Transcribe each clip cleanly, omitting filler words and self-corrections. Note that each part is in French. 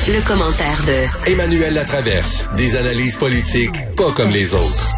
Le commentaire de Emmanuel Latraverse. Des analyses politiques pas comme les autres.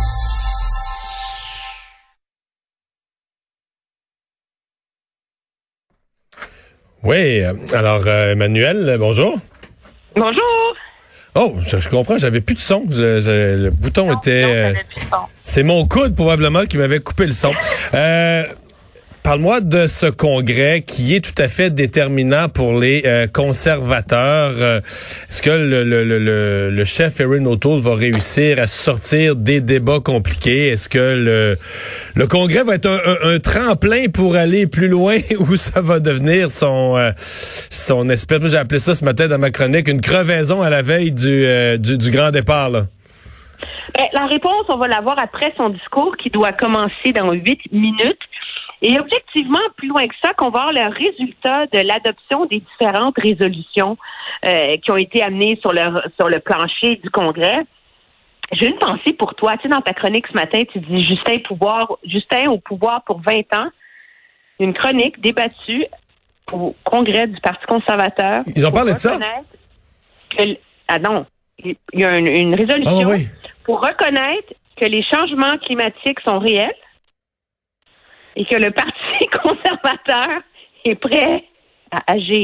Oui, alors Emmanuel, bonjour. Bonjour. Oh, je comprends, j'avais plus de son. Le bouton était... c'est mon coude probablement qui m'avait coupé le son. Parle-moi de ce congrès qui est tout à fait déterminant pour les conservateurs. Est-ce que le chef Erin O'Toole va réussir à sortir des débats compliqués? Est-ce que le congrès va être un tremplin pour aller plus loin ou ça va devenir son espèce, j'ai appelé ça ce matin dans ma chronique, une crevaison à la veille du grand départ, là? La réponse, on va l'avoir après son discours qui doit commencer dans 8 minutes. Et objectivement, plus loin que ça, qu'on va avoir le résultat de l'adoption des différentes résolutions qui ont été amenées sur le plancher du Congrès. J'ai une pensée pour toi. Tu sais, dans ta chronique ce matin, tu dis Justin au pouvoir pour 20 ans. Une chronique débattue au Congrès du Parti conservateur. Ils ont parlé de ça? Non. Il y a une résolution oui. Pour reconnaître que les changements climatiques sont réels et que le Parti conservateur est prêt à agir.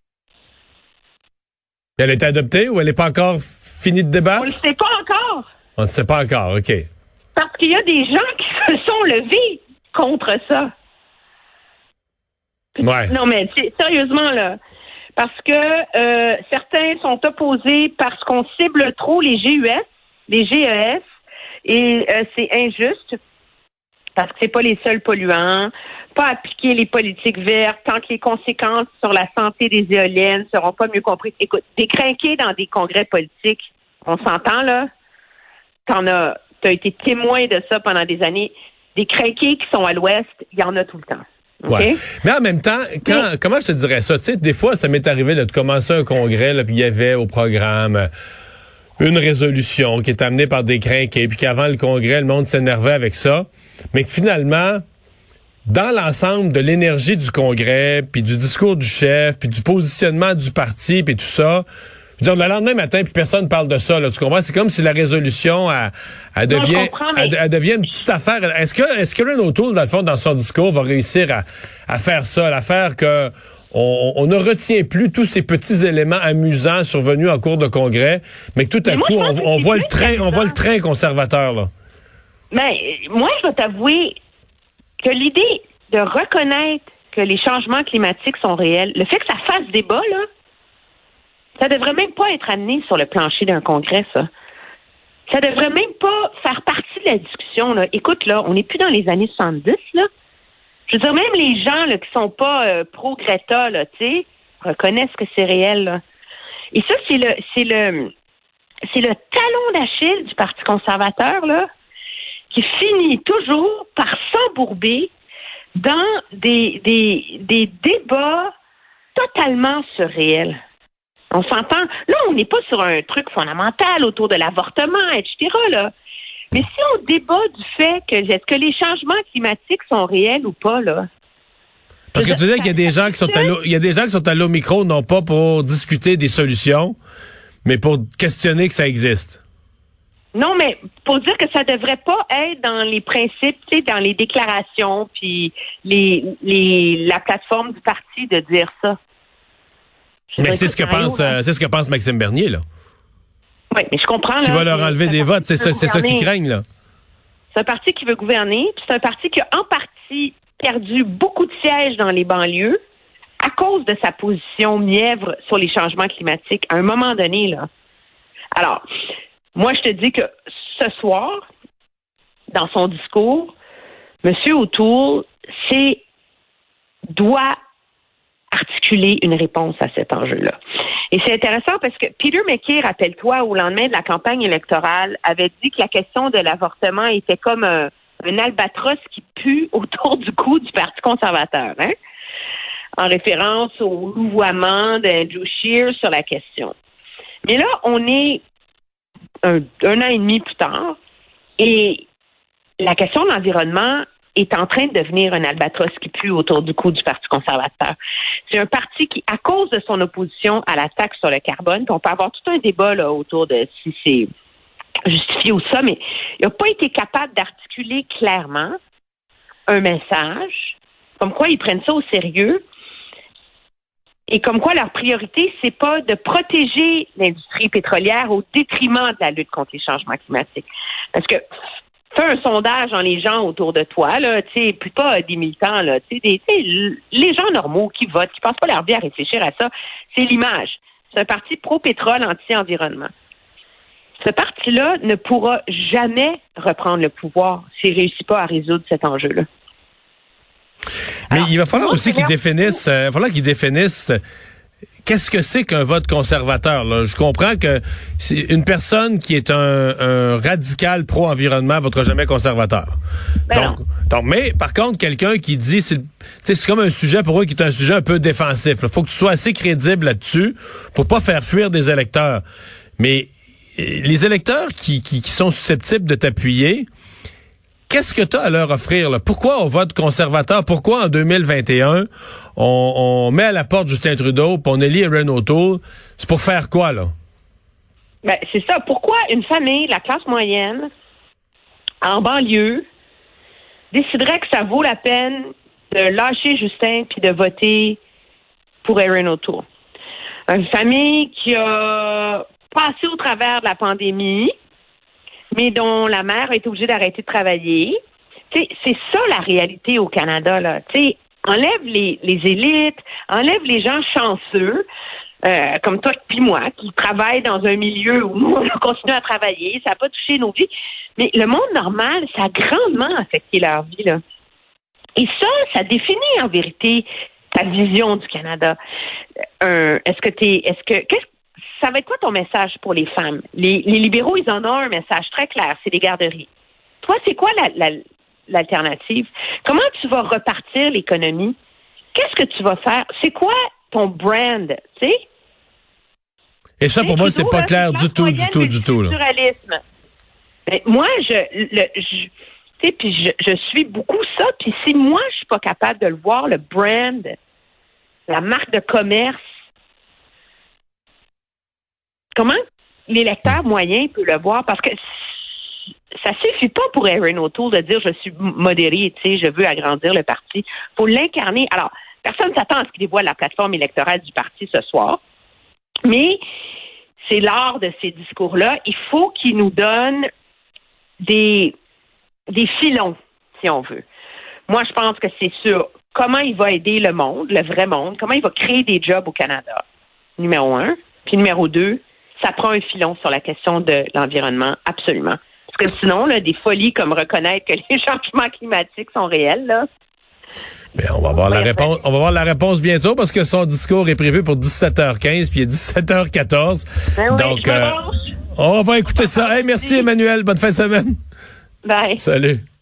Elle est adoptée ou elle n'est pas encore finie de débattre? On ne le sait pas encore. On ne sait pas encore, OK. Parce qu'il y a des gens qui se sont levés contre ça. Ouais. Non, mais sérieusement, là. Parce que certains sont opposés parce qu'on cible trop les GES, et c'est injuste. Parce que c'est pas les seuls polluants, pas appliquer les politiques vertes tant que les conséquences sur la santé des éoliennes seront pas mieux comprises. Écoute, décrinquer dans des congrès politiques, on s'entend là? T'as été témoin de ça pendant des années. Des crinqués qui sont à l'ouest, il y en a tout le temps. Okay? Ouais. Mais en même temps, comment je te dirais ça? Tu sais, des fois, ça m'est arrivé de commencer un congrès, là, puis il y avait au programme une résolution qui est amenée par des crinqués, puis qu'avant le congrès, le monde s'énervait avec ça. Mais que finalement, dans l'ensemble de l'énergie du congrès, puis du discours du chef, puis du positionnement du parti, puis tout ça, je veux dire, le lendemain matin, puis personne ne parle de ça, là, tu comprends? C'est comme si la résolution, elle devient une petite affaire. Est-ce que Erin O'Toole, dans le fond, dans son discours, va réussir à faire ça, à faire que on ne retient plus tous ces petits éléments amusants survenus en cours de congrès, mais que tout à coup, on voit le train conservateur, là? Mais moi, je vais t'avouer que l'idée de reconnaître que les changements climatiques sont réels, le fait que ça fasse débat, là, ça devrait même pas être amené sur le plancher d'un congrès, ça. Ça devrait même pas faire partie de la discussion, là. Écoute, là, on n'est plus dans les années 70, là. Je veux dire, même les gens là, qui sont pas pro-Greta, là, tu sais, reconnaissent que c'est réel, là. Et ça, c'est le talon d'Achille du Parti conservateur, là, qui finit toujours par s'embourber dans des débats totalement surréels. On s'entend. Là, on n'est pas sur un truc fondamental autour de l'avortement, etc., là. Mais si on débat du fait que est-ce que les changements climatiques sont réels ou pas, là? Parce que tu dis qu'il y a des gens qui sont allés au micro, non pas pour discuter des solutions, mais pour questionner que ça existe. Non, mais pour dire que ça devrait pas être dans les principes, tu sais, dans les déclarations, puis la plateforme du parti de dire ça. Mais c'est ce que pense Maxime Bernier, là. Oui, mais je comprends. Qui là, va leur enlever des votes, c'est ça qu'ils craignent, là. C'est un parti qui veut gouverner, puis c'est un parti qui a en partie perdu beaucoup de sièges dans les banlieues à cause de sa position mièvre sur les changements climatiques à un moment donné, là. Alors, moi, je te dis que ce soir, dans son discours, M. O'Toole doit articuler une réponse à cet enjeu-là. Et c'est intéressant parce que Peter MacKay, rappelle-toi, au lendemain de la campagne électorale, avait dit que la question de l'avortement était comme un albatros qui pue autour du cou du Parti conservateur, hein? En référence au louvoiement d'Andrew Scheer sur la question. Mais là, on est un an et demi plus tard et la question de l'environnement est en train de devenir un albatros qui pue autour du cou du Parti conservateur. C'est un parti qui, à cause de son opposition à la taxe sur le carbone, puis on peut avoir tout un débat là, autour de si c'est justifié ou ça, mais il n'a pas été capable d'articuler clairement un message, comme quoi ils prennent ça au sérieux, et comme quoi leur priorité, c'est pas de protéger l'industrie pétrolière au détriment de la lutte contre les changements climatiques. Parce que fais un sondage dans les gens autour de toi, là, tu sais, puis pas des militants, là, tu sais, les gens normaux qui votent, qui passent pas leur vie à réfléchir à ça, c'est l'image. C'est un parti pro-pétrole, anti-environnement. Ce parti-là ne pourra jamais reprendre le pouvoir s'il ne réussit pas à résoudre cet enjeu-là. Mais alors, il va falloir aussi qu'ils définissent, qu'est-ce que c'est qu'un vote conservateur, là? Je comprends que c'est une personne qui est un radical pro-environnement votera jamais conservateur. Donc, mais par contre, quelqu'un qui dit, c'est comme un sujet pour eux qui est un sujet un peu défensif. Il faut que tu sois assez crédible là-dessus pour pas faire fuir des électeurs. Mais les électeurs qui sont susceptibles de t'appuyer, qu'est-ce que tu as à leur offrir, là? Pourquoi on vote conservateur? Pourquoi en 2021, on met à la porte Justin Trudeau puis on élit Erin O'Toole? C'est pour faire quoi, là? Ben, c'est ça. Pourquoi une famille, la classe moyenne, en banlieue, déciderait que ça vaut la peine de lâcher Justin puis de voter pour Erin O'Toole? Une famille qui a passé au travers de la pandémie, mais dont la mère a été obligée d'arrêter de travailler. T'sais, c'est ça la réalité au Canada, là. T'sais, enlève les élites, enlève les gens chanceux, comme toi puis moi, qui travaillent dans un milieu où nous, on continue à travailler, ça n'a pas touché nos vies. Mais le monde normal, ça a grandement affecté leur vie, là. Et ça définit en vérité ta vision du Canada. Ça va être quoi ton message pour les femmes? Les libéraux, ils en ont un message très clair, c'est les garderies. Toi, c'est quoi l'alternative? Comment tu vas repartir l'économie? Qu'est-ce que tu vas faire? C'est quoi ton brand, tu sais? Et ça, pour moi, c'est pas clair du tout. Là. Ben, moi, je suis beaucoup ça, puis si moi, je suis pas capable de le voir, le brand, la marque de commerce, comment l'électeur moyen peut le voir? Parce que ça suffit pas pour Erin O'Toole de dire je suis modéré, tu sais, je veux agrandir le parti. Faut l'incarner. Alors, personne s'attend à ce qu'il dévoile la plateforme électorale du parti ce soir, mais c'est lors de ces discours-là, il faut qu'il nous donne des filons, si on veut. Moi, je pense que c'est sur comment il va aider le monde, le vrai monde, comment il va créer des jobs au Canada, numéro 1. Puis numéro 2, ça prend un filon sur la question de l'environnement, absolument. Parce que sinon, là, des folies comme reconnaître que les changements climatiques sont réels, là. Mais on va voir la réponse bientôt parce que son discours est prévu pour 17h15 puis il est 17h14. Ben oui, donc on va écouter ça. Hey, merci Emmanuel, bonne fin de semaine. Bye. Salut.